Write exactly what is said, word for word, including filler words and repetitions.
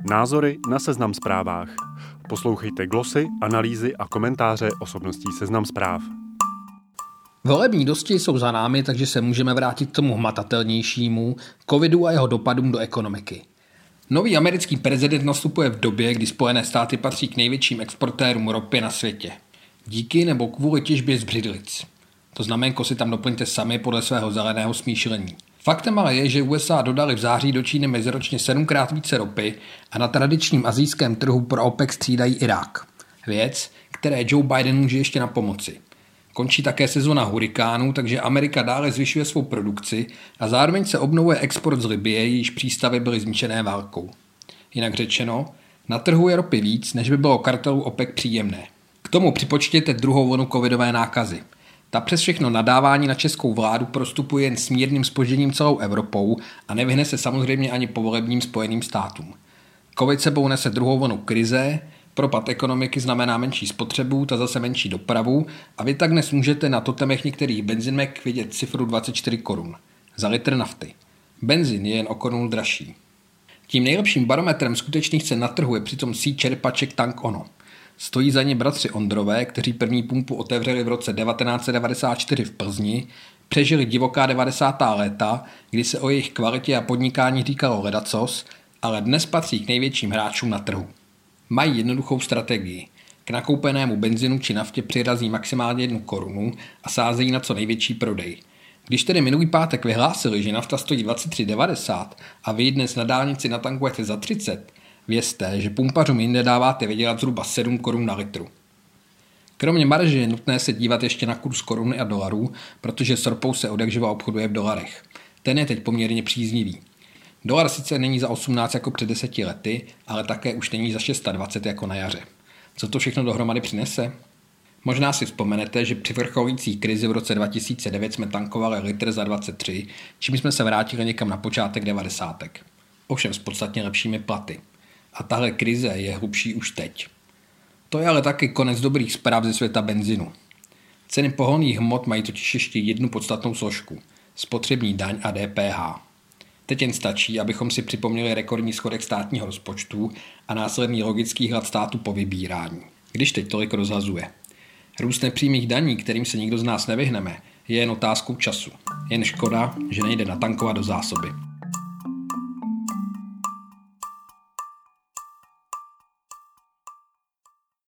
Názory na Seznam Zprávách. Poslouchejte glosy, analýzy a komentáře osobností Seznam Zpráv. Volební dosti jsou za námi, takže se můžeme vrátit k tomu hmatatelnějšímu, covidu a jeho dopadům do ekonomiky. Nový americký prezident nastupuje v době, kdy Spojené státy patří k největším exportérům ropy na světě. Díky nebo kvůli těžbě z břidlic. To znamenko si tam doplňte sami podle svého zeleného smýšlení. Faktem ale je, že U S A dodali v září do Číny meziročně sedmkrát více ropy a na tradičním asijském trhu pro OPEC střídají Irák. Věc, které Joe Biden může ještě na pomoci. Končí také sezona hurikánů, takže Amerika dále zvyšuje svou produkci a zároveň se obnovuje export z Libye, jejíž přístavy byly zničené válkou. Jinak řečeno, na trhu je ropy víc, než by bylo kartelu OPEC příjemné. K tomu připočtěte druhou vlnu covidové nákazy. Ta přes všechno nadávání na českou vládu prostupuje jen s mírným zpožděním celou Evropou a nevyhne se samozřejmě ani povolebním Spojeným státům. Covid sebou nese druhou vlnu krize, propad ekonomiky znamená menší spotřebu, ta zase menší dopravu a vy tak dnes můžete na totemech některých benzinek vidět cifru dvacet čtyři korun za litr nafty. Benzin je jen o korunu dražší. Tím nejlepším barometrem skutečných cen na trhu je přitom síť čerpaček Tank Ono. Stojí za ně bratři Ondrové, kteří první pumpu otevřeli v roce devatenáct set devadesát čtyři v Plzni, přežili divoká devadesátá léta, kdy se o jejich kvalitě a podnikání říkalo ledacos, ale dnes patří k největším hráčům na trhu. Mají jednoduchou strategii. K nakoupenému benzinu či naftě přirazí maximálně jednu korunu a sázejí na co největší prodej. Když tedy minulý pátek vyhlásili, že nafta stojí dvacet tři devadesát a vy dnes na dálnici natankujete za třicet, vězte, že pumpařům jinde dáváte vydělat zhruba sedm korun na litru. Kromě marže je nutné se dívat ještě na kurz koruny a dolarů, protože s ropou se odjakživa obchoduje v dolarech. Ten je teď poměrně příznivý. Dolar sice není za osmnáct jako před deseti lety, ale také už není za dvacet šest jako na jaře. Co to všechno dohromady přinese? Možná si vzpomenete, že při vrcholící krizi v roce dva tisíce devět jsme tankovali litr za dvacet tři, čím jsme se vrátili někam na počátek devadesátek. Ovšem s podstatně lepšími platy. A tahle krize je hlubší už teď. To je ale taky konec dobrých zpráv ze světa benzinu. Ceny pohonných hmot mají totiž ještě jednu podstatnou složku. Spotřební daň a D P H. Teď jen stačí, abychom si připomněli rekordní schodek státního rozpočtu a následný logický hlad státu po vybírání. Když teď tolik rozhazuje. Růst nepřímých daní, kterým se nikdo z nás nevyhneme, je jen otázkou času. Jen škoda, že nejde natankovat do zásoby.